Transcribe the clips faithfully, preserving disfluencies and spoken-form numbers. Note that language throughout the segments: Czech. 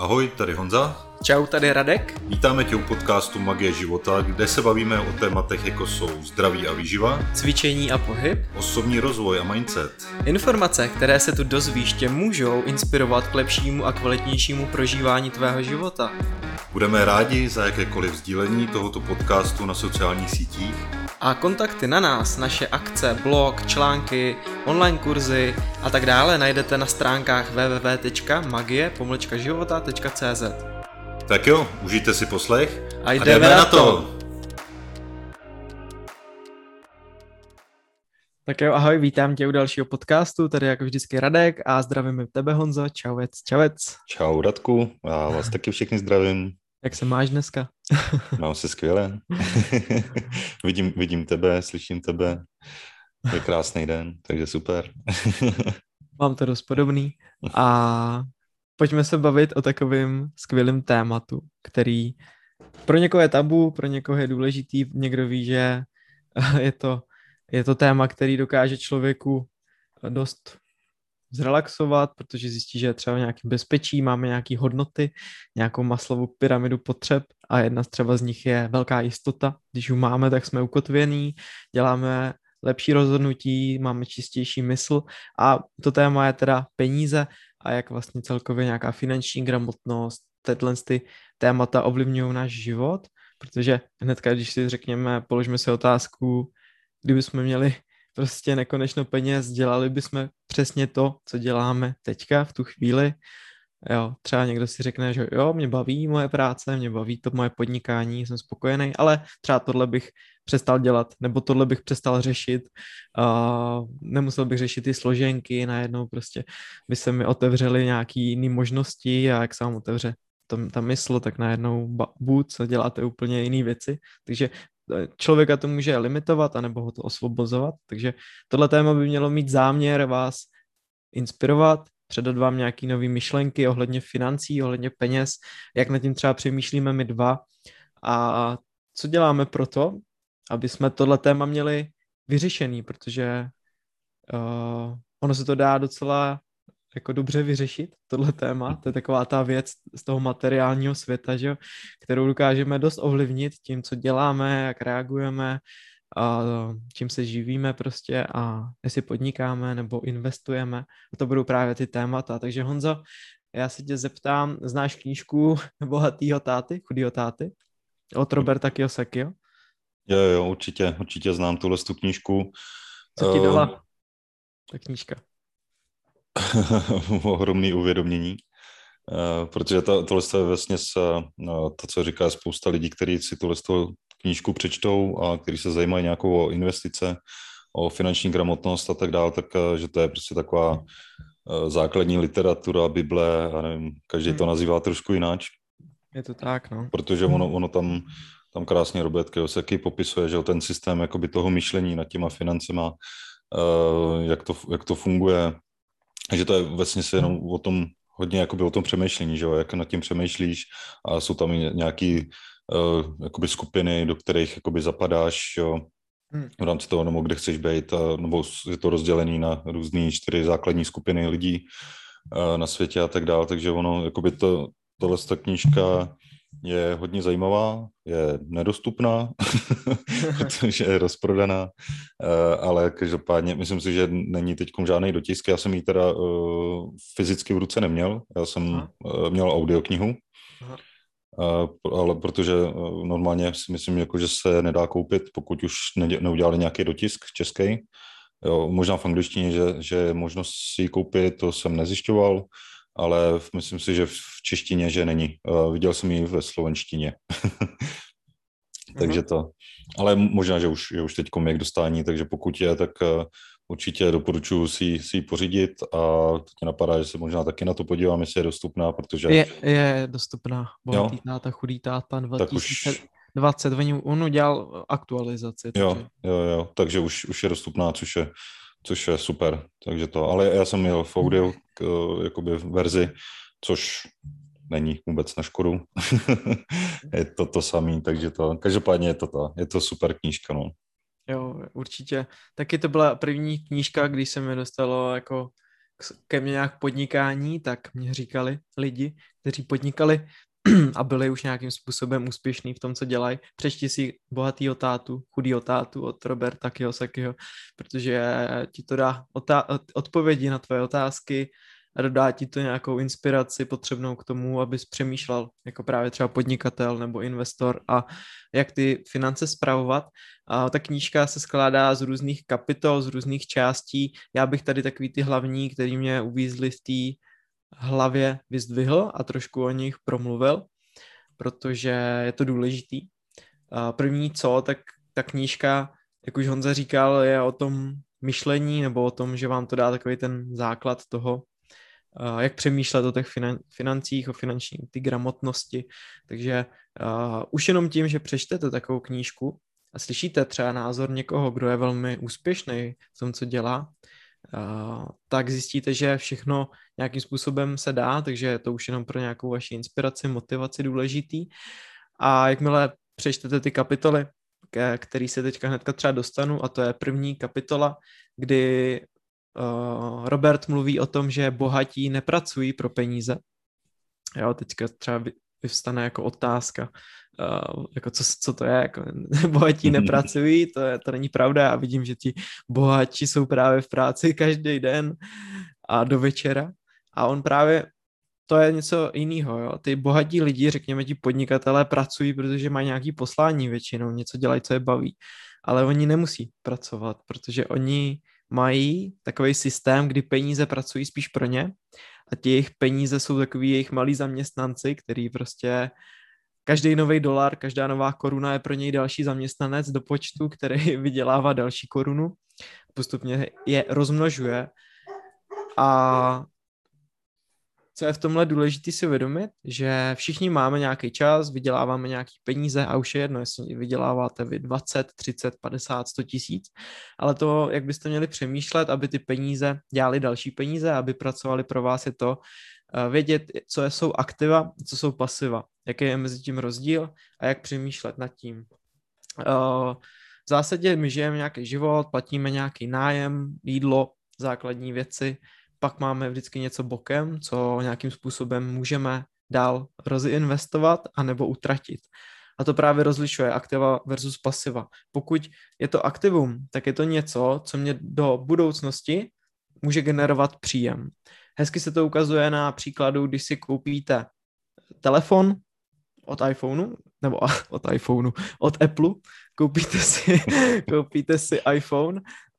Ahoj, tady Honza. Čau, tady Radek. Vítáme tě u podcastu Magie života, kde se bavíme o tématech jako jsou zdraví a výživa, Cvičení a pohyb, osobní rozvoj a mindset. Informace, které se tu dozvíš, tě můžou inspirovat k lepšímu a kvalitnějšímu prožívání tvého života. Budeme rádi za jakékoliv sdílení tohoto podcastu na sociálních sítích. A kontakty na nás, naše akce, blog, články, online kurzy a tak dále najdete na stránkách w w w tečka magie pomlčka života tečka c z. Tak jo, užijte si poslech a jdeme, a jdeme na to! to. Tak jo, ahoj, vítám tě u dalšího podcastu, tady jako vždycky Radek a zdravím tebe, Honzo, čauec, čauec. Čau Radku, já vás taky všichni zdravím. Jak se máš dneska? Mám se skvěle. vidím, vidím tebe, slyším tebe. Je krásný den, takže super. Mám to dost podobný a pojďme se bavit o takovém skvělém tématu, který pro někoho je tabu, pro někoho je důležitý, někdo ví, že je to, je to téma, který dokáže člověku dost zrelaxovat, protože zjistí, že je třeba nějaký bezpečí, máme nějaké hodnoty, nějakou Maslowovu pyramidu potřeb a jedna z třeba z nich je velká jistota. Když ji máme, tak jsme ukotvění, děláme lepší rozhodnutí, máme čistější mysl a to téma je teda peníze a jak vlastně celkově nějaká finanční gramotnost, tyhle ty témata ovlivňují náš život, protože hnedka, když si řekněme, položíme si otázku, kdybychom měli prostě nekonečno peněz, dělali bychom přesně to, co děláme teďka v tu chvíli. Jo, třeba někdo si řekne, že jo, mě baví moje práce, mě baví to moje podnikání, jsem spokojený, ale třeba tohle bych přestal dělat, nebo tohle bych přestal řešit, uh, nemusel bych řešit ty složenky, najednou prostě by se mi otevřely nějaký jiný možnosti a jak se vám otevře to, ta mysl, tak najednou buď děláte úplně jiné věci, takže člověka to může limitovat, anebo ho to osvobozovat, takže tohle téma by mělo mít záměr vás inspirovat, předat vám nějaké nové myšlenky ohledně financí, ohledně peněz, jak nad tím třeba přemýšlíme my dva a co děláme pro to, aby jsme tohle téma měli vyřešený, protože uh, ono se to dá docela jako dobře vyřešit, tohle téma, to je taková ta věc z toho materiálního světa, že jo, kterou dokážeme dost ovlivnit tím, co děláme, jak reagujeme, a čím se živíme prostě a jestli podnikáme nebo investujeme. A to budou právě ty témata. Takže Honzo, já se tě zeptám, znáš knížku Bohatýho táty, chudýho táty od Roberta Kiyosakiho? Jo, jo, určitě, určitě znám tuhle tu knížku. Co ti dala uh... ta knížka? Ohromný uvědomění, uh, protože to, tohle je vlastně uh, to, co říká spousta lidí, kteří si tohle knížku přečtou a kteří se zajímají nějakou o investice, o finanční gramotnost a tak dále, tak že to je prostě taková uh, základní literatura, Bible, a nevím, každý hmm. to nazývá trošku jináč. Je to tak, no. Protože ono, ono tam, tam krásně Robert Kiyosaki popisuje, že ten systém jakoby toho myšlení nad těma financema, uh, jak, to, jak to funguje, že to je vlastně se jenom o tom, hodně jakoby o tom přemýšlení, že jo, jak nad tím přemýšlíš a jsou tam nějaký uh, jakoby skupiny, do kterých jakoby zapadáš, jo, v rámci toho, nebo kde chceš být, a, nebo je to rozdělený na různý čtyři základní skupiny lidí uh, na světě a tak dále, takže ono, jakoby to, tohle ta knížka je hodně zajímavá, je nedostupná, protože je rozprodaná, ale každopádně myslím si, že není teď žádný dotisk. Já jsem ji teda uh, fyzicky v ruce neměl, já jsem uh, měl audioknihu, uh, ale protože uh, normálně si myslím, jako, že se nedá koupit, pokud už ne- neudělali nějaký dotisk český. Jo, možná v angličtině, že, že je možnost si ji koupit, to jsem nezjišťoval, ale myslím si, že v češtině, že není. Uh, viděl jsem ji ve slovenštině. Takže to. Ale možná, že už, že už teď je k dostání, takže pokud je, tak uh, určitě doporučuji si, si ji pořídit a to tě napadá, že se možná taky na to podívám, jestli je dostupná, protože... Je, je dostupná. Bohatý táta, chudý táta, dva tisíce dvacet. Už... On udělal aktualizaci. Takže... Jo, jo, jo, takže už, už je dostupná, což je což je super, takže to, ale já jsem měl v audio k, jakoby verzi, což není vůbec na škodu, je to to samý, takže to, každopádně je to to, je to super knížka, no. Jo, určitě, taky to byla první knížka, když se mi dostalo jako ke mně nějak podnikání, tak mě říkali lidi, kteří podnikali a byli už nějakým způsobem úspěšní v tom, co dělají. Přečti si Bohatýho tátu, Chudýho tátu od Roberta Kiyosakiho, protože ti to dá otá- odpovědi na tvoje otázky a dodá ti to nějakou inspiraci potřebnou k tomu, abys přemýšlel jako právě třeba podnikatel nebo investor a jak ty finance spravovat. A ta knížka se skládá z různých kapitol, z různých částí. Já bych tady takový ty hlavní, který mě uvízly v té hlavě vyzdvihl a trošku o nich promluvil, protože je to důležitý. A první co, tak ta knížka, jak už Honza říkal, je o tom myšlení nebo o tom, že vám to dá takový ten základ toho, jak přemýšlet o těch finan- financích, o finanční ty gramotnosti. Takže uh, už jenom tím, že přečtete takovou knížku a slyšíte třeba názor někoho, kdo je velmi úspěšný v tom, co dělá, uh, tak zjistíte, že všechno nějakým způsobem se dá, takže je to už jenom pro nějakou vaši inspiraci, motivaci důležitý. A jakmile přečtete ty kapitoly, který se teďka hnedka třeba dostanu, a to je první kapitola, kdy Uh, Robert mluví o tom, že bohatí nepracují pro peníze. Jo, teďka třeba vyvstane jako otázka, uh, jako co, co to je, jako bohatí nepracují, to, je, to není pravda. Já vidím, že ti bohatí jsou právě v práci každý den a do večera a on právě, to je něco jiného, jo. Ty bohatí lidi, řekněme ti podnikatelé, pracují, protože mají nějaký poslání většinou, něco dělají, co je baví, ale oni nemusí pracovat, protože oni mají takový systém, kdy peníze pracují spíš pro ně a ti jejich peníze jsou takový jejich malí zaměstnanci, který prostě každý nový dolar, každá nová koruna je pro něj další zaměstnanec do počtu, který vydělává další korunu, postupně je rozmnožuje. A co je v tomhle důležité si uvědomit, že všichni máme nějaký čas, vyděláváme nějaký peníze a už je jedno, jestli vyděláváte vy dvacet, třicet, padesát, sto tisíc, ale to, jak byste měli přemýšlet, aby ty peníze dělali další peníze, aby pracovali pro vás, je to vědět, co jsou aktiva, co jsou pasiva, jaký je mezi tím rozdíl a jak přemýšlet nad tím. V zásadě my žijeme nějaký život, platíme nějaký nájem, jídlo, základní věci, pak máme vždycky něco bokem, co nějakým způsobem můžeme dál rozinvestovat anebo utratit. A to právě rozlišuje aktiva versus pasiva. Pokud je to aktivum, tak je to něco, co mě do budoucnosti může generovat příjem. Hezky se to ukazuje na příkladu, když si koupíte telefon od iPhoneu, nebo od iPhoneu, od Apple, koupíte si, koupíte si iPhone,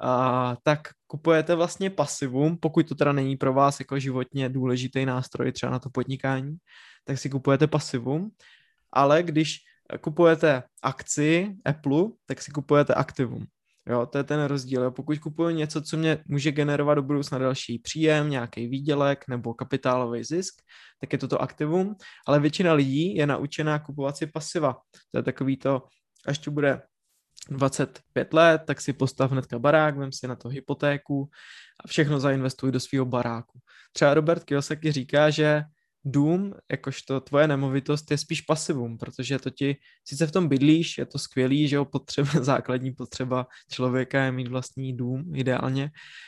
a tak kupujete vlastně pasivum, pokud to teda není pro vás jako životně důležitý nástroj třeba na to podnikání, tak si kupujete pasivum, ale když kupujete akci Apple, tak si kupujete aktivum. Jo, to je ten rozdíl. Jo. Pokud kupuju něco, co mě může generovat do budoucna další příjem, nějaký výdělek nebo kapitálový zisk, tak je toto aktivum, ale většina lidí je naučená kupovat si pasiva. To je takový to, až tu bude dvacet pět let, tak si postav hnedka barák, vem si na to hypotéku a všechno zainvestuj do svého baráku. Třeba Robert Kiyosaki říká, že dům, jakožto tvoje nemovitost, je spíš pasivum, protože to ti, sice v tom bydlíš, je to skvělý, že jo, potřeba, základní potřeba člověka je mít vlastní dům, ideálně,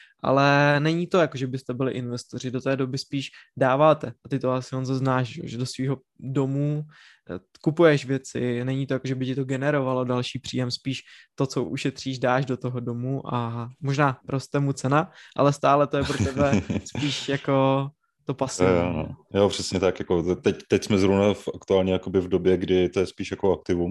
ale není to jako, že byste byli investoři, do té doby spíš dáváte, a ty to asi on zaznáš, že do svého domu kupuješ věci, není to jako, že by ti to generovalo další příjem, spíš to, co ušetříš, dáš do toho domu a možná roste mu cena, ale stále to je pro tebe spíš jako to pasivní. Jo, no. jo, přesně tak. Jako teď, teď jsme zrovna v, aktuálně jakoby v době, kdy to je spíš jako aktivum,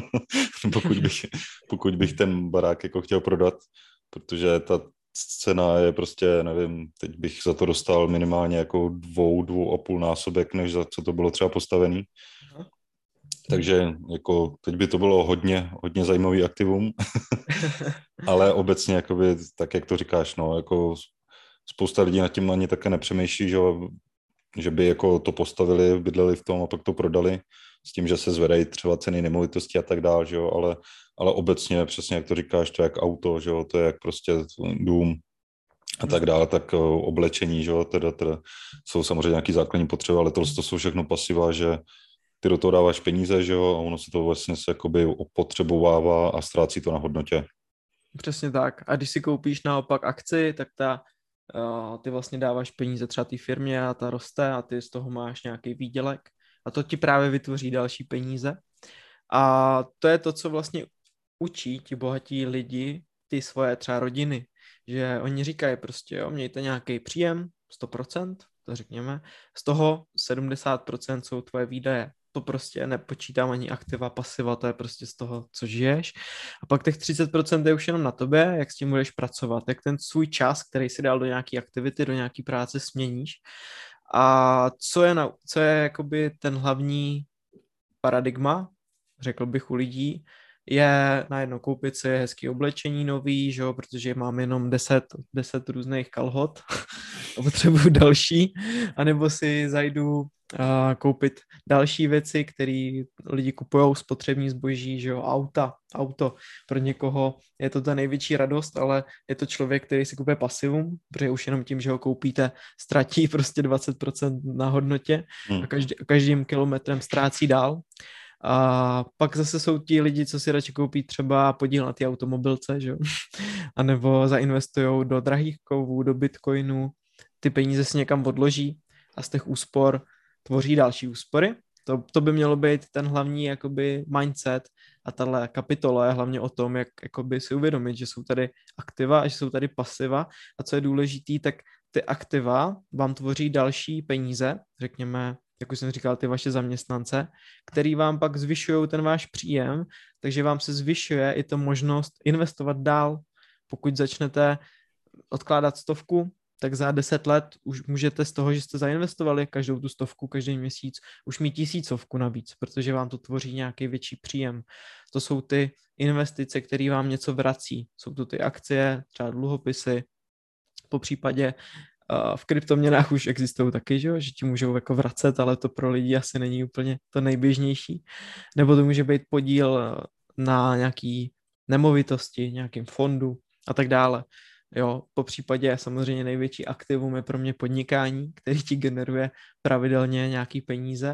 pokud, bych, pokud bych ten barák jako chtěl prodat, protože ta cena je prostě, nevím, teď bych za to dostal minimálně jako dvou, dvou a půl násobek, než za co to bylo třeba postavený. Aha. Takže jako teď by to bylo hodně, hodně zajímavý aktivum, ale obecně jakoby, tak jak to říkáš, no, jako spousta lidí nad tím ani také nepřemýšlí, že, že by jako to postavili, bydleli v tom a pak to prodali s tím, že se zvedají třeba ceny nemovitosti a tak dále, že jo, ale, ale obecně, přesně jak to říkáš, to je jak auto, že jo, to je jak prostě dům a tak dále, tak oblečení, že jo, teda, teda jsou samozřejmě nějaký základní potřeby, ale to, to jsou všechno pasiva, že ty do toho dáváš peníze, že jo, a ono se to vlastně se jakoby opotřebovává a ztrácí to na hodnotě. Přesně tak. A když si koupíš naopak akci, tak ta ty vlastně dáváš peníze třeba té firmě a ta roste a ty z toho máš nějaký výdělek a to ti právě vytvoří další peníze. A to je to, co vlastně učí ti bohatí lidi, ty svoje třeba rodiny, že oni říkají prostě, jo, mějte nějaký příjem, sto procent, to řekněme, z toho sedmdesát procent jsou tvoje výdaje. To prostě nepočítám ani aktiva, pasiva, to je prostě z toho, co žiješ. A pak těch třicet procent je už jenom na tobě, jak s tím budeš pracovat, jak ten svůj čas, který si dal do nějaké aktivity, do nějaké práce, směníš. A co je, na, co je jakoby ten hlavní paradigma, řekl bych u lidí, je najednou koupit si hezký oblečení nový, že jo, protože mám jenom deset, deset různých kalhot a potřebuju další, anebo si zajdu uh, koupit další věci, které lidi kupují, spotřební zboží, že jo, auta, auto. Pro někoho je to ta největší radost, ale je to člověk, který si kupuje pasivum, protože už jenom tím, že ho koupíte, ztratí prostě dvacet procent na hodnotě a každý, každým kilometrem ztrácí dál. A pak zase jsou ti lidi, co si radši koupí třeba podíl na ty automobilce, že? A nebo zainvestujou do drahých kovů, do bitcoinu, ty peníze si někam odloží a z těch úspor tvoří další úspory. To, to by mělo být ten hlavní jakoby mindset a tahle kapitola je hlavně o tom, jak jakoby si uvědomit, že jsou tady aktiva a že jsou tady pasiva a co je důležitý, tak ty aktiva vám tvoří další peníze, řekněme, jak už jsem říkal, ty vaše zaměstnance, který vám pak zvyšují ten váš příjem, takže vám se zvyšuje i to možnost investovat dál. Pokud začnete odkládat stovku, tak za deset let už můžete z toho, že jste zainvestovali každou tu stovku, každý měsíc, už mít tisícovku navíc, protože vám to tvoří nějaký větší příjem. To jsou ty investice, které vám něco vrací. Jsou to ty akcie, třeba dluhopisy, po případě v kryptoměnách už existují taky, že, že ti můžou jako vracet, ale to pro lidi asi není úplně to nejběžnější. Nebo to může být podíl na nějaký nemovitosti, nějakým fondu a tak dále. Jo, po případě samozřejmě největší aktivum je pro mě podnikání, který ti generuje pravidelně nějaký peníze.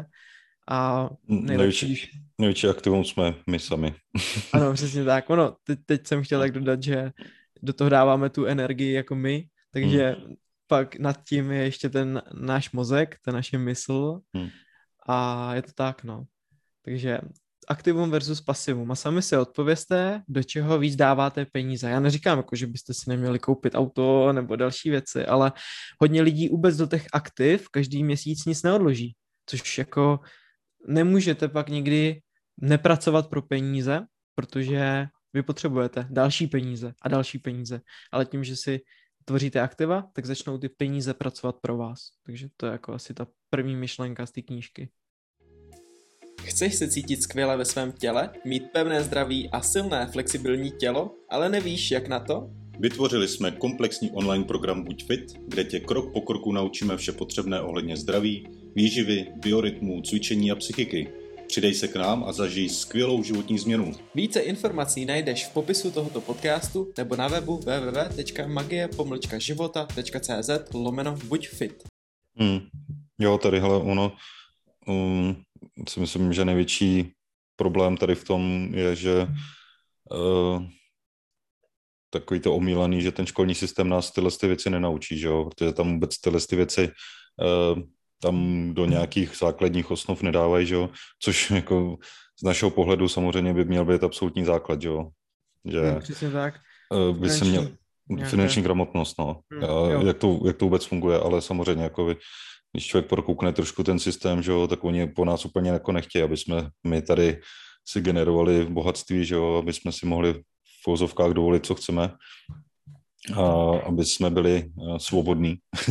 A nejlepší... největší, největší aktivum jsme my sami. Ano, přesně tak. Ono, teď, teď jsem chtěl tak dodat, že do toho dáváme tu energii jako my, takže hmm. pak nad tím je ještě ten náš mozek, ten naše mysl hmm. a je to tak, no. Takže aktivum versus pasivum a sami si odpovězte, do čeho víc dáváte peníze. Já neříkám, jako, že byste si neměli koupit auto nebo další věci, ale hodně lidí vůbec do těch aktiv každý měsíc nic neodloží, což jako nemůžete pak nikdy nepracovat pro peníze, protože vy potřebujete další peníze a další peníze, ale tím, že si tvoříte aktiva, tak začnou ty peníze pracovat pro vás. Takže to je jako asi ta první myšlenka z té knížky. Chceš se cítit skvěle ve svém těle, mít pevné zdraví a silné flexibilní tělo, ale nevíš, jak na to? Vytvořili jsme komplexní online program Buď fit, kde tě krok po kroku naučíme vše potřebné ohledně zdraví, výživy, biorytmu, cvičení a psychiky. Přidej se k nám a zažij skvělou životní změnu. Více informací najdeš v popisu tohoto podcastu nebo na webu w w w tečka magie pomlčka života tečka c z lomeno buď fit. Hmm. Jo, tady hele, ono, um, si myslím, že největší problém tady v tom je, že uh, takový to omílaný, že ten školní systém nás tyhle ty věci nenaučí, že jo, protože tam vůbec tyhle ty věci uh, tam do nějakých základních osnov nedávají, že jo, což jako z našeho pohledu samozřejmě by měl být absolutní základ, že jo, že no, přesně tak. Uh, by se měl nějaké... finanční gramotnost, no, hmm, jak, to, jak to vůbec funguje, ale samozřejmě jako když člověk prokoukne trošku ten systém, že jo, tak oni po nás úplně jako nechtějí, aby jsme my tady si generovali bohatství, že jo, aby jsme si mohli v uvozovkách dovolit, co chceme a aby jsme byli svobodní.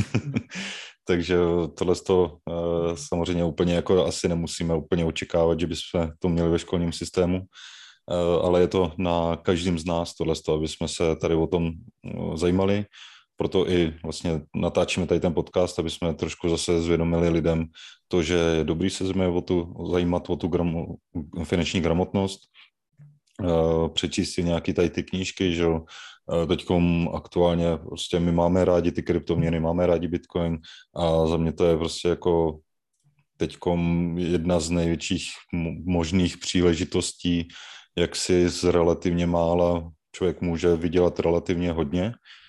Takže tohle to samozřejmě úplně jako asi nemusíme úplně očekávat, že bychom to měli ve školním systému, ale je to na každém z nás tohle, aby jsme se tady o tom zajímali. Proto i vlastně natáčíme tady ten podcast, aby jsme trošku zase zvědomili lidem to, že je dobrý se o tu, zajímat o tu gram, finanční gramotnost, přečíst si nějaký tady ty knížky, že teďkom aktuálně prostě my máme rádi ty kryptoměny, máme rádi Bitcoin a za mě to je prostě jako teďkom jedna z největších možných příležitostí, jak si z relativně mála člověk může vydělat relativně hodně.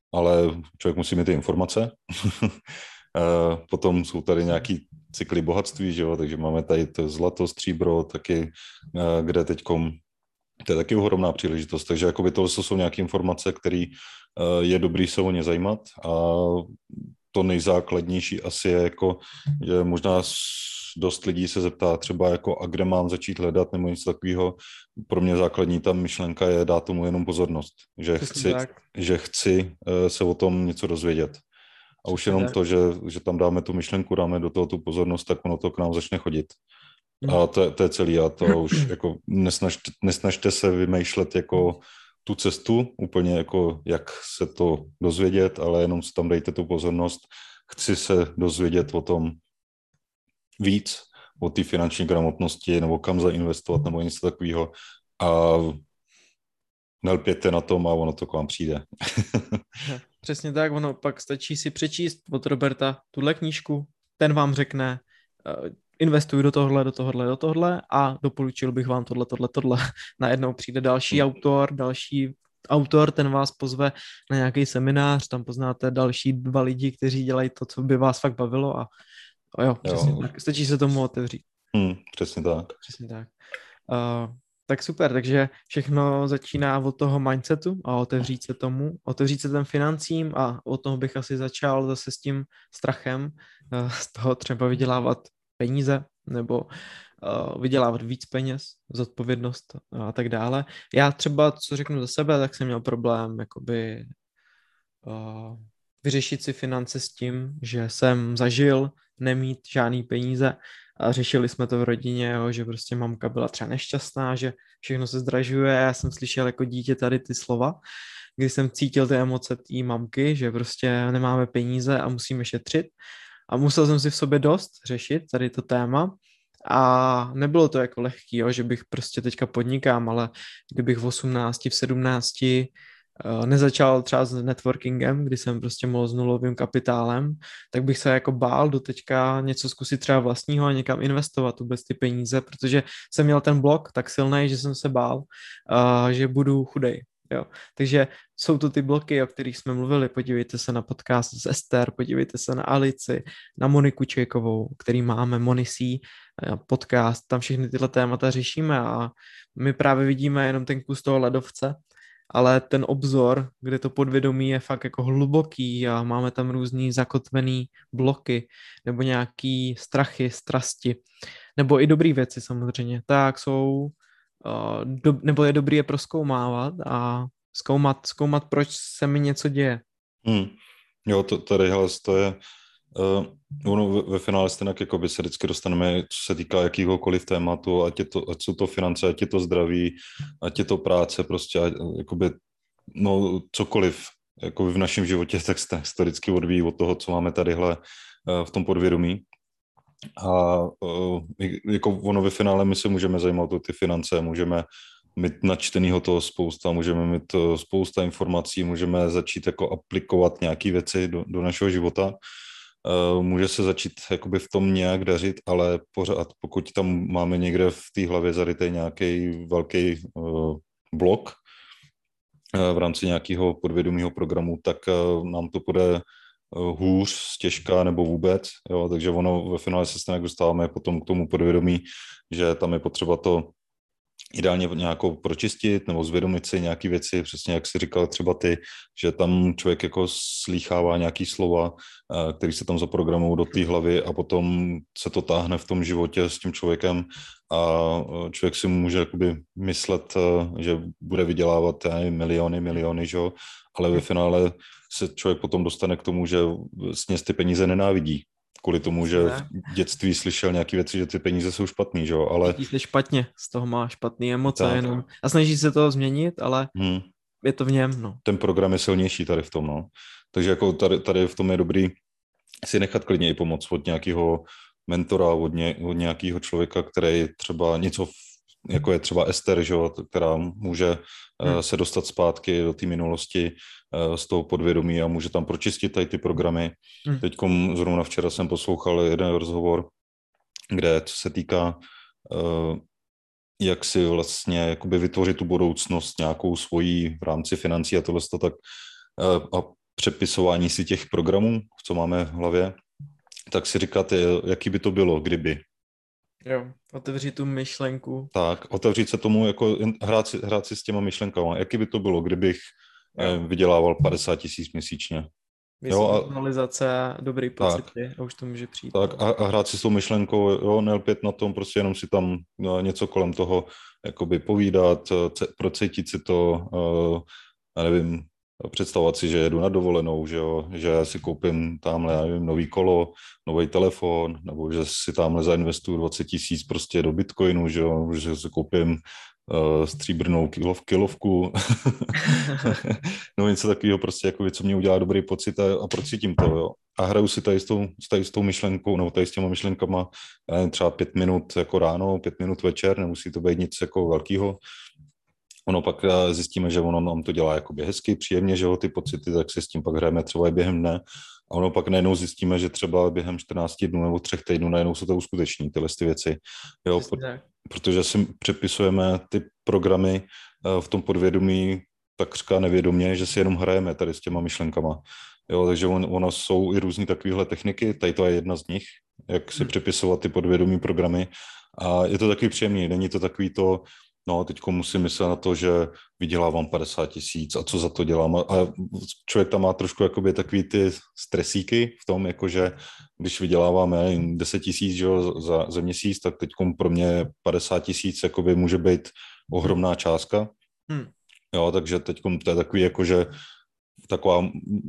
ale člověk musí mít ty informace. Potom jsou tady nějaký cykly bohatství, že jo? Takže máme tady to zlato, stříbro, taky, kde teďkom, to je taky ohromná příležitost. Takže jakoby to jsou nějaké informace, které je dobrý se o ně zajímat a to nejzákladnější asi je jako, že možná dost lidí se zeptá třeba jako a kde mám začít hledat nebo něco takového. Pro mě základní ta myšlenka je dát tomu jenom pozornost, že chci, že chci se o tom něco dozvědět. A už jenom to, že, že tam dáme tu myšlenku, dáme do toho tu pozornost, tak ono to k nám začne chodit. A to, to je celý. A to už jako nesnažte, nesnažte se vymýšlet jako tu cestu, úplně jako jak se to dozvědět, ale jenom si tam dejte tu pozornost. Chci se dozvědět o tom víc, o té finanční gramotnosti, nebo kam zainvestovat, nebo něco takového. A nelpěte na tom a ono to k vám přijde. Přesně tak, ono pak stačí si přečíst od Roberta tuhle knížku, ten vám řekne, uh, investuj do tohle, do tohle, do tohle a doporučil bych vám tohle, tohle, tohle. Najednou přijde další hmm. autor, další autor, ten vás pozve na nějaký seminář, tam poznáte další dva lidi, kteří dělají to, co by vás fakt bavilo a, a jo, přesně jo. tak, stačí se tomu otevřít. Hmm, přesně tak. Přesně tak. Uh, Tak super, takže všechno začíná od toho mindsetu a otevřít se tomu, otevřít se těm financím a od toho bych asi začal zase s tím strachem, z toho třeba vydělávat peníze nebo vydělávat víc peněz, zodpovědnost a tak dále. Já třeba, co řeknu za sebe, tak jsem měl problém jakoby vyřešit si finance s tím, že jsem zažil nemít žádný peníze a řešili jsme to v rodině, jo, že prostě mamka byla třeba nešťastná, že všechno se zdražuje. Já jsem slyšel jako dítě tady ty slova, kdy jsem cítil ty emoce té mamky, že prostě nemáme peníze a musíme šetřit. A musel jsem si v sobě dost řešit tady to téma. A nebylo to jako lehký, jo, že bych prostě teďka podnikám, ale kdybych v osmnácti, v sedmnácti nezačal třeba s networkingem, kdy jsem prostě mohl s nulovým kapitálem, tak bych se jako bál do teďka něco zkusit třeba vlastního a někam investovat vůbec ty peníze, protože jsem měl ten blok tak silný, že jsem se bál, uh, že budu chudej. Jo. Takže jsou to ty bloky, o kterých jsme mluvili. Podívejte se na podcast s Ester, podívejte se na Alici, na Moniku Čejkovou, který máme, Monisí, podcast, tam všechny tyhle témata řešíme a my právě vidíme jenom ten kus toho ledovce, ale ten obzor, kde to podvědomí je fakt jako hluboký a máme tam různý zakotvený bloky nebo nějaký strachy, strasti, nebo i dobrý věci samozřejmě, tak jsou, uh, do, nebo je dobrý je prozkoumávat a zkoumat, zkoumat, proč se mi něco děje. Hmm. Jo, to, tady, hele, to je, uh, ono ve, ve finále stejně jakoby se vždycky dostaneme, co se týká jakýhokoliv tématu, ať, je to, ať jsou to finance, ať je to zdraví, ať je to práce, prostě, ať, jakoby, no cokoliv, jakoby v našem životě, tak se to vždycky odvíjí od toho, co máme tadyhle uh, v tom podvědomí. A uh, jako ono ve finále my se můžeme zajímat o ty finance, můžeme mít načtenýho toho spousta, můžeme mít spousta informací, můžeme začít jako aplikovat nějaké věci do, do našeho života. Uh, může se začít jakoby v tom nějak dařit, ale pořád, pokud tam máme někde v té hlavě zarytej nějaký velký uh, blok uh, v rámci nějakého podvědomého programu, tak uh, nám to půjde uh, hůř, stěžka nebo vůbec. Jo? Takže ono ve finále se stejně dostáváme potom k tomu podvědomí, že tam je potřeba to ideálně nějakou pročistit nebo zvědomit si nějaké věci, přesně jak jsi říkal třeba ty, že tam člověk jako slýchává nějaký slova, který se tam zaprogramují do té hlavy a potom se to táhne v tom životě s tím člověkem a člověk si může jakoby myslet, že bude vydělávat nevím, miliony, miliony, že? Ale ve finále se člověk potom dostane k tomu, že vlastně ty peníze nenávidí. Kvůli tomu, že v dětství slyšel nějaké věci, že ty peníze jsou špatný, že jo, ale... Cítí se špatně, z toho má špatný emoce tak. Jenom. A snaží se to změnit, ale hmm. je to v něm, no. Ten program je silnější tady v tom, no. Takže jako tady, tady v tom je dobrý si nechat klidně i pomoc od nějakého mentora, od, ně, od nějakého člověka, který třeba něco, jako je třeba Ester, že jo, která může hmm. uh, se dostat zpátky do té minulosti uh, z toho podvědomí a může tam pročistit tady ty programy. Hmm. Teďkom zrovna včera jsem poslouchal jeden rozhovor, kde co se týká uh, jak si vlastně jakoby vytvořit tu budoucnost nějakou svojí v rámci financí a tohle, tak uh, a přepisování si těch programů, co máme v hlavě, tak si říkat, jaký by to bylo, kdyby. Jo, otevřít tu myšlenku. Tak, otevřít se tomu, jako hrát si, hrát si s těma myšlenkama. Jaký by to bylo, kdybych eh, vydělával padesát tisíc měsíčně. Vizualizace, dobrý pocity a už to může přijít. Tak a, a hrát si s tou myšlenkou, jo, nelpět na tom, prostě jenom si tam no, něco kolem toho jakoby povídat, ce, procítit si to, uh, já nevím, představovat si, že jedu na dovolenou, že, jo, že si koupím tamhle, já nevím, nový kolo, nový telefon, nebo že si tamhle zainvestuju dvacet tisíc prostě do bitcoinu, že jo, že si koupím uh, stříbrnou kilov, kilovku, no něco takového prostě, jako, co mě udělá dobrý pocit a, a procítím to, jo. A hraju si tady s tou, tady s tou myšlenkou, nebo tady s těma myšlenkama, já nevím, třeba pět minut jako ráno, pět minut večer, nemusí to být nic jako velkého. Ono pak zjistíme, že ono nám to dělá jakoby hezky, příjemně, že jo, ty pocity, tak si s tím pak hrajeme třeba i během dne. A ono pak najednou zjistíme, že třeba během čtrnácti dnů nebo třech týdnů najednou se to uskuteční, tyhle ty věci. Jo, protože si přepisujeme ty programy v tom podvědomí takřka nevědomě, že si jenom hrajeme tady s těma myšlenkama. Jo, takže on, ono jsou i různý takovéhle techniky, tady to je jedna z nich, jak si přepisovat ty podvědomí programy. A je to takový příjemný, není to takový to, no, teď musím myslet na to, že vydělávám padesát tisíc a co za to dělám. A člověk tam má trošku jakoby takový ty stresíky v tom, jakože když vyděláváme deset tisíc za, za měsíc, tak teď pro mě padesát tisíc jakoby může být ohromná částka. Hmm. Jo, takže teď to je takový jakože taková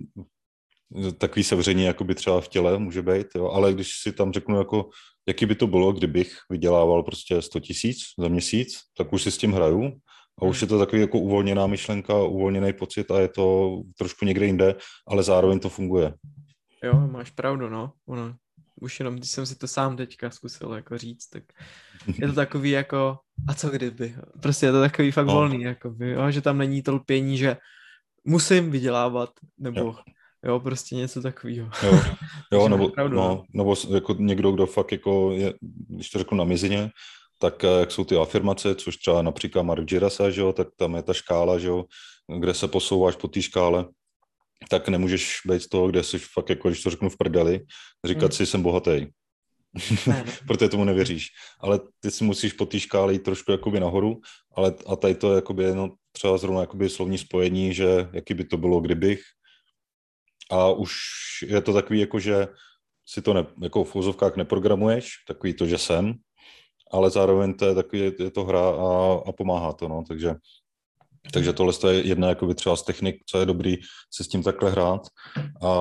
takový sevření jakoby třeba v těle může být, jo, ale když si tam řeknu jako jaký by to bylo, kdybych vydělával prostě sto tisíc za měsíc, tak už si s tím hraju a už je to takový jako uvolněná myšlenka, uvolněný pocit a je to trošku někde jinde, ale zároveň to funguje. Jo, máš pravdu, no. Ono, už jenom, když jsem si to sám teďka zkusil jako říct, tak je to takový jako, a co kdyby? Prostě je to takový fakt no. volný, jakoby, jo, že tam není to lpění, že musím vydělávat, nebo... Jo. Jo, prostě něco takového. Jo, jo nebo, pravdu, no, nebo jako někdo, kdo fakt jako je, když to řeknu na mizině, tak jak jsou ty afirmace, což třeba například Mark Girasa, že jo, tak tam je ta škála, že jo, kde se posouváš po té škále, tak nemůžeš být z toho, kde jsi fakt jako, když to řeknu v prdeli, říkat hmm. si, jsem bohatý. Protože tomu nevěříš. Ale ty si musíš po té škále jít trošku jakoby nahoru, ale a tady to je jakoby, no, třeba zrovna jakoby slovní spojení, že jaký by to bylo, kdybych. A už je to takový, jako že si to ne, jako v úzovkách neprogramuješ, takový to, že jsem, ale zároveň to je takový, je to hra a, a pomáhá to, no, takže, takže tohle je jedna jakoby třeba z technik, co je dobrý se s tím takhle hrát a,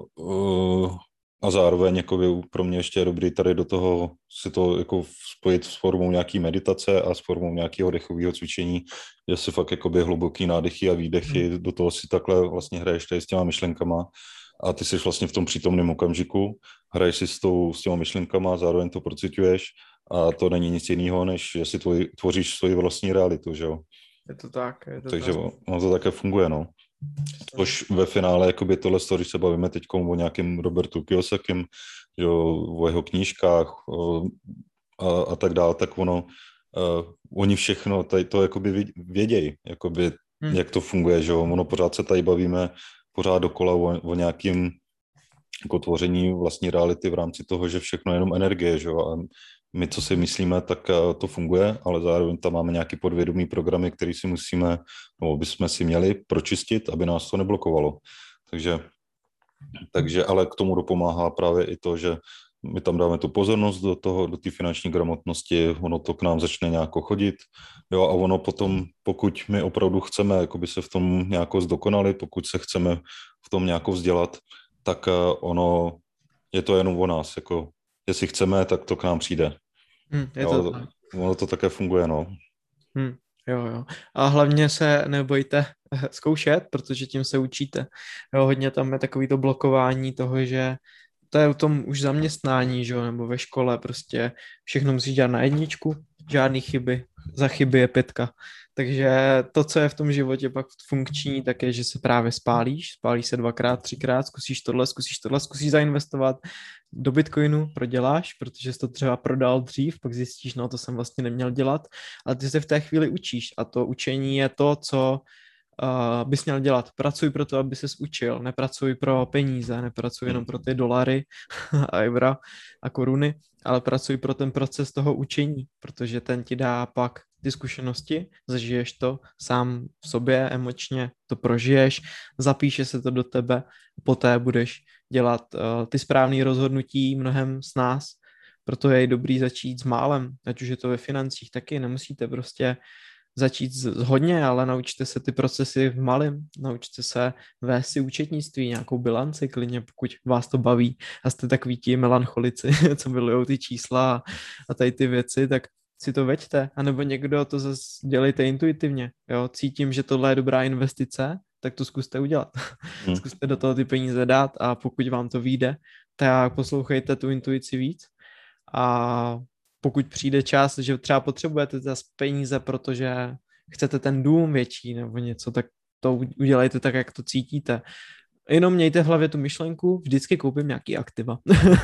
uh, a zároveň jakoby pro mě ještě je dobrý tady do toho si to jako spojit s formou nějaký meditace a s formou nějakého dechového cvičení, že si fakt jakoby hluboký nádechy a výdechy, hmm. do toho si takhle vlastně hraješ tady s těma myšlenkama a ty jsi vlastně v tom přítomném okamžiku, hraješ si s, tou, s těma myšlenkama, zároveň to procituješ a to není nic jiného, než že si tvoj, tvoříš svoji vlastní realitu, že jo. Je to tak. Je to Takže tak. ono to také funguje, no. Což ve finále, jakoby tohle, když se bavíme teď o nějakém Robertu Kiyosakim, jo, o jeho knížkách a, a tak dále, tak ono, uh, oni všechno tady to jakoby vědějí, jakoby, hmm. jak to funguje, že jo. Ono pořád se tady bavíme pořád dokola o, o nějakým jako tvoření vlastní reality v rámci toho, že všechno je jenom energie, že jo. A my, co si myslíme, tak to funguje, ale zároveň tam máme nějaký podvědomý programy, který si musíme, nebo bychom si měli pročistit, aby nás to neblokovalo. Takže, takže ale k tomu dopomáhá právě i to, že my tam dáme tu pozornost do toho, do té finanční gramotnosti, ono to k nám začne nějak chodit, jo, a ono potom, pokud my opravdu chceme jakoby se v tom nějak zdokonalit, pokud se chceme v tom nějak vzdělat, tak ono, je to jenom o nás, jako jestli chceme, tak to k nám přijde. Hmm, je jo, to tak. Ono to také funguje, no. Hmm, jo, jo. A hlavně se nebojte zkoušet, protože tím se učíte. Jo, hodně tam je takový to blokování toho, že to je o tom už zaměstnání, že jo, nebo ve škole prostě všechno musíš dělat na jedničku, žádný chyby, za chyby je pětka. Takže to, co je v tom životě pak funkční, tak je, že se právě spálíš, spálíš se dvakrát, třikrát, zkusíš tohle, zkusíš tohle, zkusíš zainvestovat do Bitcoinu, proděláš, protože jsi to třeba prodal dřív, pak zjistíš, no to jsem vlastně neměl dělat, ale ty se v té chvíli učíš a to učení je to, co uh, bys měl dělat. Pracuj pro to, aby ses učil, nepracuj pro peníze, nepracuj jenom pro ty dolary a eura a koruny, ale pracuj pro ten proces toho učení, protože ten ti dá pak ty zkušenosti, zažiješ to sám v sobě, emočně to prožiješ, zapíše se to do tebe, poté budeš dělat uh, ty správné rozhodnutí mnohem s nás, proto je dobrý začít s málem, ať už je to ve financích taky, nemusíte prostě začít z, z hodně, ale naučte se ty procesy v malém, naučte se vést si účetnictví, nějakou bilanci klidně, pokud vás to baví a jste takový ti melancholici, co milujou ty čísla a, a tady ty věci, tak si to veďte, anebo někdo to zase dělejte intuitivně, jo, cítím, že tohle je dobrá investice, tak to zkuste udělat. Hmm. Zkuste do toho ty peníze dát a pokud vám to vyjde, tak poslouchejte tu intuici víc a pokud přijde čas, že třeba potřebujete zase peníze, protože chcete ten dům větší nebo něco, tak to udělejte tak, jak to cítíte. Jenom mějte v hlavě tu myšlenku, vždycky koupím nějaký aktiva.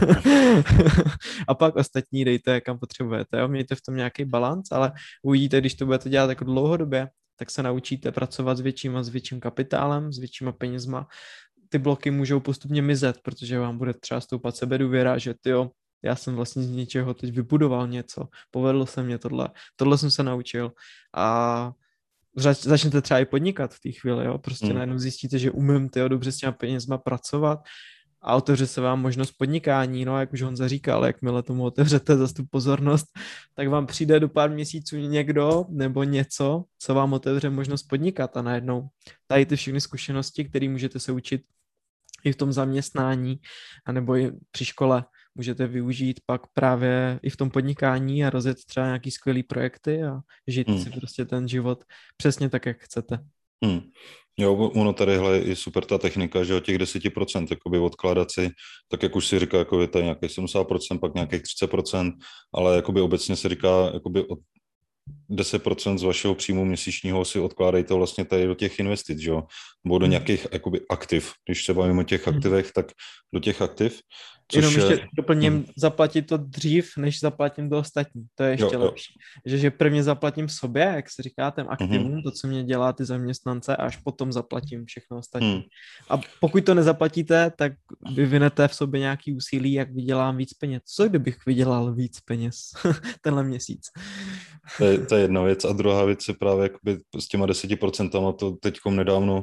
A pak ostatní dejte, kam potřebujete. Jo? Mějte v tom nějaký balanc, ale uvidíte, když to budete dělat jako dlouhodobě, tak se naučíte pracovat s větším a s větším kapitálem, s většíma penězma. Ty bloky můžou postupně mizet, protože vám bude třeba stoupat sebedůvěra, že tyjo, já jsem vlastně z ničeho teď vybudoval něco, povedlo se mě tohle, tohle jsem se naučil a začnete třeba i podnikat v té chvíli, jo, prostě hmm. najednou zjistíte, že umím tyjo, dobře s těma penězma pracovat a otevře se vám možnost podnikání, no jak už Honza říkal, jakmile tomu otevřete za tu pozornost, tak vám přijde do pár měsíců někdo nebo něco, co vám otevře možnost podnikat a najednou tady ty všechny zkušenosti, které můžete se učit i v tom zaměstnání, anebo i při škole, můžete využít pak právě i v tom podnikání a rozjet třeba nějaký skvělý projekty a žít hmm. si prostě ten život přesně tak, jak chcete. Hmm. Jo, ono tadyhle je super ta technika, že o těch deset procent jakoby odkládat si, tak jak už si říká, jako je to nějakých sedmdesát procent, pak nějakých třicet procent, ale jakoby obecně se říká, jakoby od deset procent z vašeho příjmu měsíčního si odkládejte vlastně tady do těch investic, že jo, nebo do nějakých jakoby aktiv. Když se bavíme o těch aktivech, tak do těch aktiv. Což Jenom ještě je... doplním, hmm. zaplatit to dřív, než zaplatím to ostatní. To je ještě jo, lepší. Jo. Že, že prvně zaplatím sobě, jak se říká, ten aktivum, hmm. to, co mě dělá ty zaměstnance, a až potom zaplatím všechno ostatní. Hmm. A pokud to nezaplatíte, tak vyvinete v sobě nějaký úsilí, jak vydělám víc peněz. Co kdybych vydělal víc peněz tenhle měsíc? To je, to je jedna věc. A druhá věc je právě jakoby s těma deseti procentama, to teďkom nedávno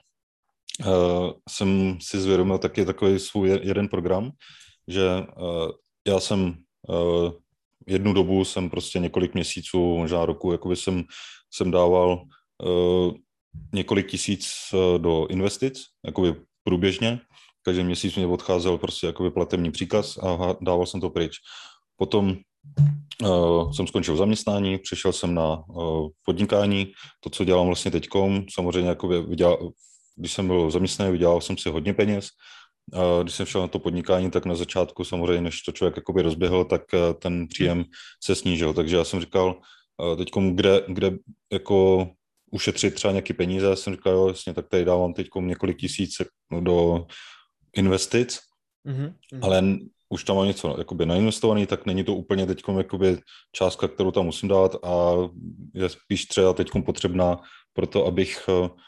Uh, jsem si zvědomil taky takový svůj jeden program, že uh, já jsem uh, jednu dobu jsem prostě několik měsíců, možná roku, jakoby jsem, jsem dával uh, několik tisíc uh, do investic, jakoby průběžně. Každý měsíc mě odcházel prostě jakoby platební příkaz a dával jsem to pryč. Potom uh, jsem skončil zaměstnání, přišel jsem na uh, podnikání, to, co dělám vlastně teďkom, samozřejmě jakoby vydělal, když jsem byl zaměstnaný, vydělal jsem si hodně peněz. Když jsem šel na to podnikání, tak na začátku samozřejmě, než to člověk jakoby rozběhl, tak ten příjem se snížil. Takže já jsem říkal, teďkom, kde, kde jako ušetřit třeba nějaké peníze, já jsem říkal, jo, jasně, tak tady dávám teďkom několik tisíc do investic, mm-hmm. ale už tam mám něco jakoby nainvestovaný, tak není to úplně teďkom jakoby částka, kterou tam musím dát a je spíš třeba teďkom potřebná pro to, abych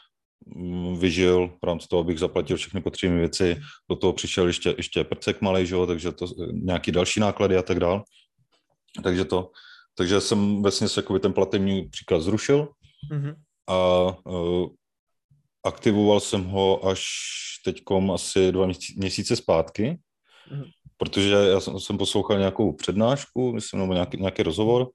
vyžil v rámci toho, abych zaplatil všechny potřebné věci. Do toho přišel ještě, ještě prcek malej, že jo, takže to nějaký další náklady a tak dál. Takže to, takže jsem vlastně se jakoby ten platební příkaz zrušil mm-hmm. a uh, aktivoval jsem ho až teďkom asi dva měsíce zpátky, mm-hmm. protože já jsem, jsem poslouchal nějakou přednášku, myslím, nebo nějaký, nějaký rozhovor.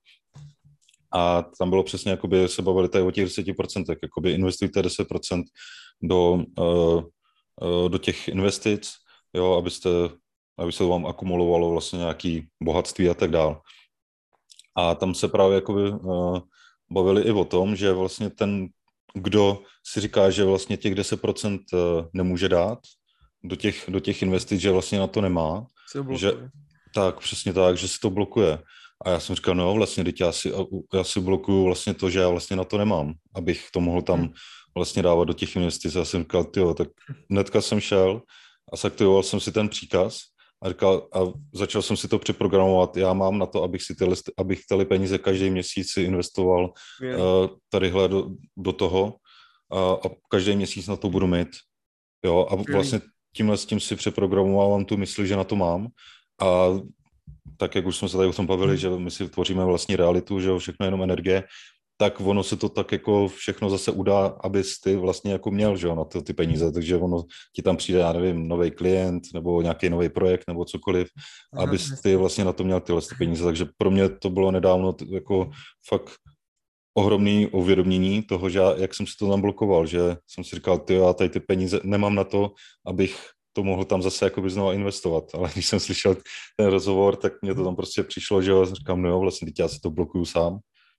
A tam bylo přesně, jakoby se bavili tady o těch deset procent, jakoby investujte deset procent do, uh, uh, do těch investic, jo, abyste, aby se vám akumulovalo vlastně nějaké bohatství a tak dál. A tam se právě jakoby uh, bavili i o tom, že vlastně ten, kdo si říká, že vlastně těch deset procent nemůže dát do těch, do těch investic, že vlastně na to nemá, že, tak přesně tak, že se to blokuje. A já jsem říkal, no vlastně, teď já si, já si blokuju vlastně to, že já vlastně na to nemám, abych to mohl tam vlastně dávat do těch investic. Já jsem říkal, tyjo, tak hnedka jsem šel a zaktivoval jsem si ten příkaz a říkal, a začal jsem si to přeprogramovat. Já mám na to, abych si tyhle, abych tyhle peníze každý měsíc si investoval yeah. uh, tadyhle do, do toho a, a každý měsíc na to budu mít. Jo, a vlastně tímhle s tím si přeprogramovávám tu mysl, že na to mám. A tak, jak už jsme se tady o tom bavili, že my si tvoříme vlastní realitu, že všechno je jenom energie, tak ono se to tak jako všechno zase udá, abys ty vlastně jako měl, že jo, na to ty peníze, takže ono ti tam přijde, já nevím, nový klient nebo nějaký nový projekt nebo cokoliv, Aha, abys ty vlastně na to měl tyhle ty peníze, takže pro mě to bylo nedávno jako fakt ohromný uvědomění toho, že já, jak jsem si to tam blokoval, že jsem si říkal, ty já tady ty peníze nemám na to, abych to mohl tam zase jakoby znova investovat, ale když jsem slyšel ten rozhovor, tak mě to tam prostě přišlo, že jo, říkám, no jo, vlastně teď já si to blokuju sám.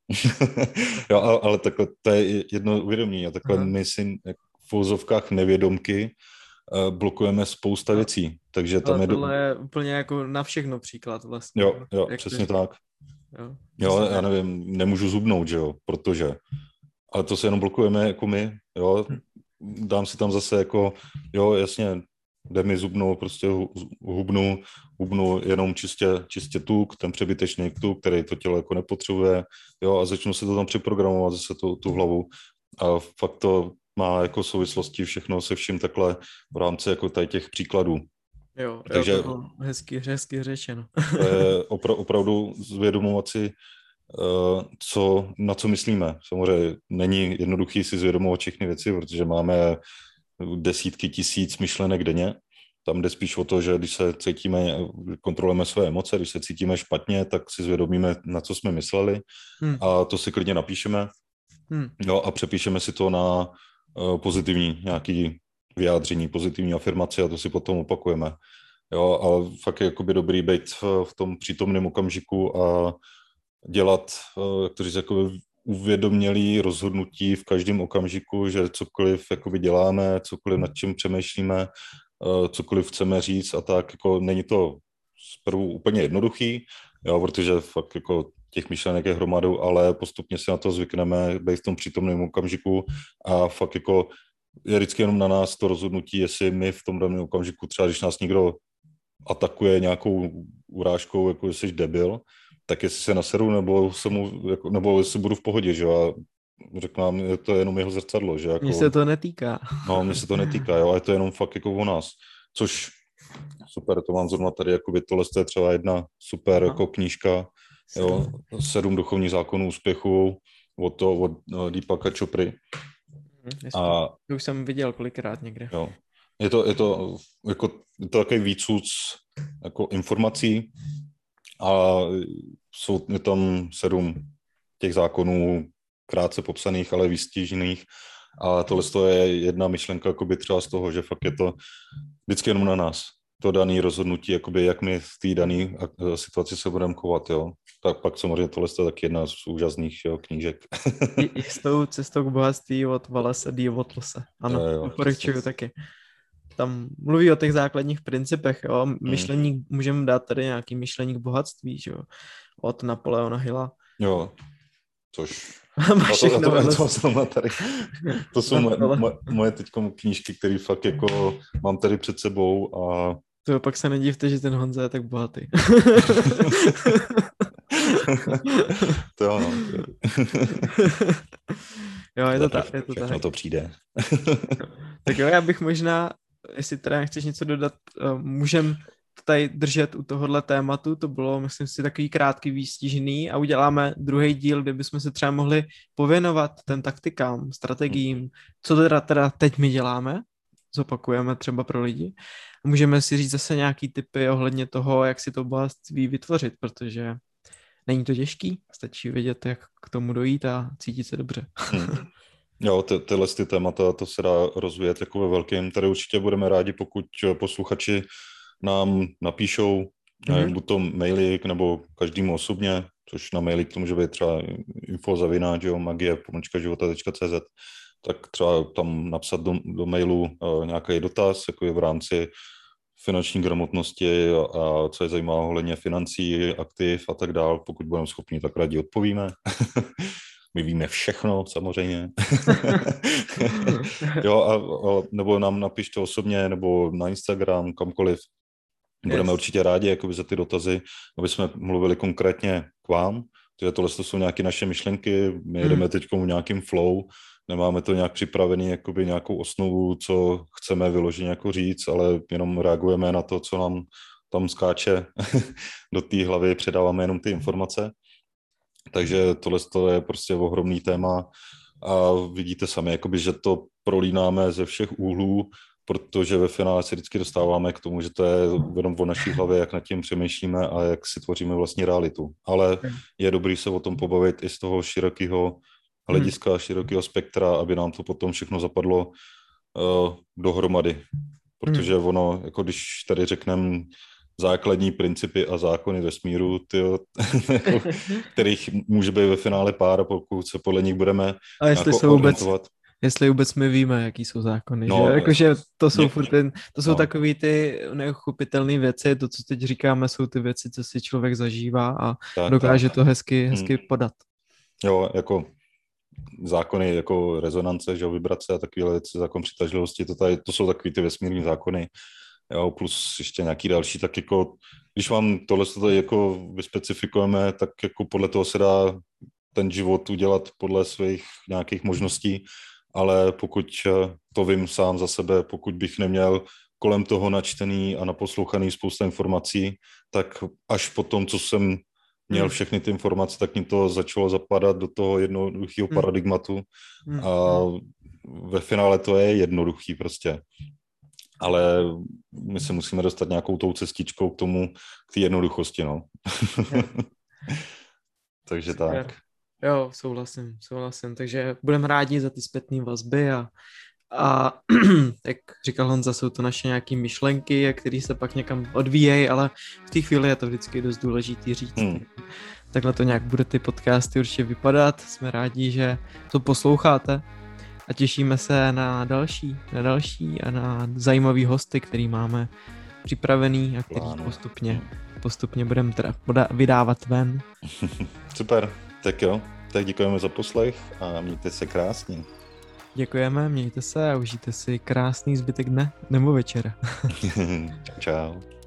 Jo, ale, ale takhle, to je jedno uvědomění a takhle Aha. my si v úzovkách nevědomky uh, blokujeme spousta věcí, takže tam ale je... tohle je úplně jako na všechno příklad vlastně. Jo, jo, přesně tak. Jo, jo, já nevím, nemůžu zubnout, že jo, protože, ale to se jenom blokujeme jako my, jo, dám si tam zase jako, jo, jasně, jde mi zubnout, prostě hubnu, hubnu jenom čistě, čistě tuk, ten přebytečný tuk, který to tělo jako nepotřebuje, jo, a začnu si to tam připrogramovat zase tu, tu hlavu a fakt to má jako souvislosti všechno se vším takhle v rámci jako tady těch příkladů. Jo, takže jo, to bylo hezky, hezky řečeno. To je opra- opravdu zvědomovat si, uh, co, na co myslíme. Samozřejmě není jednoduchý si zvědomovat všechny věci, protože máme desítky tisíc myšlenek denně. Tam jde spíš o to, že když se cítíme, kontrolujeme své emoce, když se cítíme špatně, tak si zvědomíme, na co jsme mysleli hmm. a to si klidně napíšeme hmm. jo, a přepíšeme si to na uh, pozitivní nějaký vyjádření, pozitivní afirmaci a to si potom opakujeme. Jo, ale fakt je jakoby dobrý být v, v tom přítomném okamžiku a dělat, jak to říct, jakoby uvědomělý rozhodnutí v každém okamžiku, že cokoliv jakoby děláme, cokoliv nad čím přemýšlíme, cokoliv chceme říct a tak, jako není to zprvu úplně jednoduchý, jo, protože fakt jako těch myšlenek je hromadu, ale postupně si na to zvykneme, být v tom přítomném okamžiku a fakt jako je vždycky jenom na nás to rozhodnutí, jestli my v tom daném okamžiku, třeba když nás někdo atakuje nějakou urážkou, jako že jsi debil, tak jestli se naseru, nebo, se mu, jako, nebo jestli budu v pohodě, že jo, a řeknu nám, je to jenom jeho zrcadlo, že jako... Mně se to netýká. No, mně se to netýká, jo, a je to jenom fakt jako o nás, což super, to mám zrovna tady, jakoby tohle je třeba jedna super jako knížka, jo, sedm duchovních zákonů úspěchu od to, od Deepaka Chopry. A to už jsem viděl kolikrát někde. Jo. Je to, je to, jako, je to takový výcuc jako informací a jsou je tam sedm těch zákonů krátce popsaných, ale výstižných a tohle je jedna myšlenka jakoby třeba z toho, že fakt je to vždycky jenom na nás. To dané rozhodnutí, jakoby jak my v té dané situaci se budeme chovat, jo. Tak pak samozřejmě tohle je taky jedna z úžasných jo, knížek. Jistou cestou k bohatství od Wallace D. Wattlese. Ano, doporučuju taky. Tam mluví o těch základních principech, jo. Myšlení, hmm. můžeme dát tady nějaký myšlení k bohatství, jo. Od Napoleona Hilla. Jo, což... to, to, to, to, to, tady. To jsou moje, moje, moje teďko knížky, které fakt jako mám tady před sebou a... To pak se nedívte, že ten Honza je tak bohatý. To jo, no. Jo, je to tak, je to tak. to přijde. Tak jo, já bych možná, jestli teda nechceš něco dodat, můžem tady držet u tohohle tématu, to bylo, myslím si, takový krátký výstižný a uděláme druhý díl, kde bychom se třeba mohli pověnovat ten taktikám, strategiím, co teda, teda teď my děláme, zopakujeme třeba pro lidi. Můžeme si říct zase nějaký tipy ohledně toho, jak si to bohatství vytvořit, protože není to těžký, stačí vědět, jak k tomu dojít a cítit se dobře. Hmm. Jo, ty, tyhle ty témata, to se dá rozvíjet jako ve velkým. Tady určitě budeme rádi, pokud posluchači nám napíšou, mm-hmm. buď to mailík nebo každému osobně, což na mailík to může být třeba info zavináč, jo, magie pomlčka života tečka cé zet, tak třeba tam napsat do, do mailu uh, nějaký dotaz, jako je v rámci finanční gramotnosti a, a co je zajímavé ohledně financí, aktiv a tak dál. Pokud budeme schopni, tak rádi odpovíme. My víme všechno, samozřejmě. Jo, a, a, nebo nám napište osobně, nebo na Instagram, kamkoliv. Budeme yes. určitě rádi jakoby za ty dotazy, aby jsme mluvili konkrétně k vám, že tohle to jsou nějaké naše myšlenky, my Hmm. jedeme teď v nějakým flow, nemáme to nějak připravený, jakoby nějakou osnovu, co chceme vyloženě jako říct, ale jenom reagujeme na to, co nám tam skáče do té hlavy, předáváme jenom ty informace. Takže tohle je prostě ohromný téma a vidíte sami, jakoby, že to prolínáme ze všech úhlů, protože ve finále se vždycky dostáváme k tomu, že to je jenom o naší hlavě, jak nad tím přemýšlíme a jak si tvoříme vlastní realitu. Ale je dobrý se o tom pobavit i z toho širokého hlediska, širokého spektra, aby nám to potom všechno zapadlo uh, dohromady. Protože ono, jako když tady řekneme základní principy a zákony vesmíru, tyjo, kterých může být ve finále pár, a pokud se podle nich budeme a jestli jsou orientovat. Vůbec, jestli vůbec my víme, jaký jsou zákony. No, že? Jakože to jsou, mě, furt ten, to jsou no. takový ty neuchopitelné věci, to, co teď říkáme, jsou ty věci, co si člověk zažívá a tak, dokáže tak. to hezky, hezky hmm. podat. Jo, jako zákony jako rezonance, že vibrace a takové věci, zákon přitažlivosti, to, tady, to jsou takový ty vesmírní zákony. Jo, plus ještě nějaký další, tak jako, když vám tohle tady jako vyspecifikujeme, tak jako podle toho se dá ten život udělat podle svých nějakých možností, ale pokud to vím sám za sebe, pokud bych neměl kolem toho načtený a naposlouchaný spousta informací, tak až po tom, co jsem měl všechny ty informace, tak ním to začalo zapadat do toho jednoduchého paradigmatu a ve finále to je jednoduchý prostě. Ale my se musíme dostat nějakou tou cestičkou k tomu, k té jednoduchosti, no. Takže super. Tak. Jo, souhlasím, souhlasím. Takže budeme rádi za ty zpětné vazby a, a jak říkal Honza, jsou to naše nějaké myšlenky, které se pak někam odvíjejí, ale v té chvíli je to vždycky dost důležitý říct. Hmm. Takhle to nějak bude ty podcasty určitě vypadat. Jsme rádi, že to posloucháte. A těšíme se na další, na další a na zajímavý hosty, který máme připravený a který Plánu. postupně, postupně budeme teda vydávat ven. Super, tak jo, tak děkujeme za poslech a mějte se krásně. Děkujeme, mějte se a užijte si krásný zbytek dne nebo večera. Čau, čau.